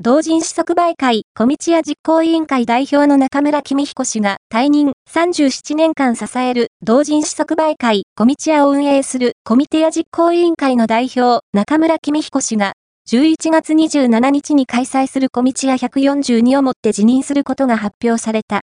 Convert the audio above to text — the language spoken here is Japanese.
同人誌即売会、コミチア実行委員会代表の中村公彦氏が退任。37年間支える同人誌即売会、コミチアを運営するコミティア実行委員会の代表、中村公彦氏が11月27日に開催するコミチア142をもって辞任することが発表された。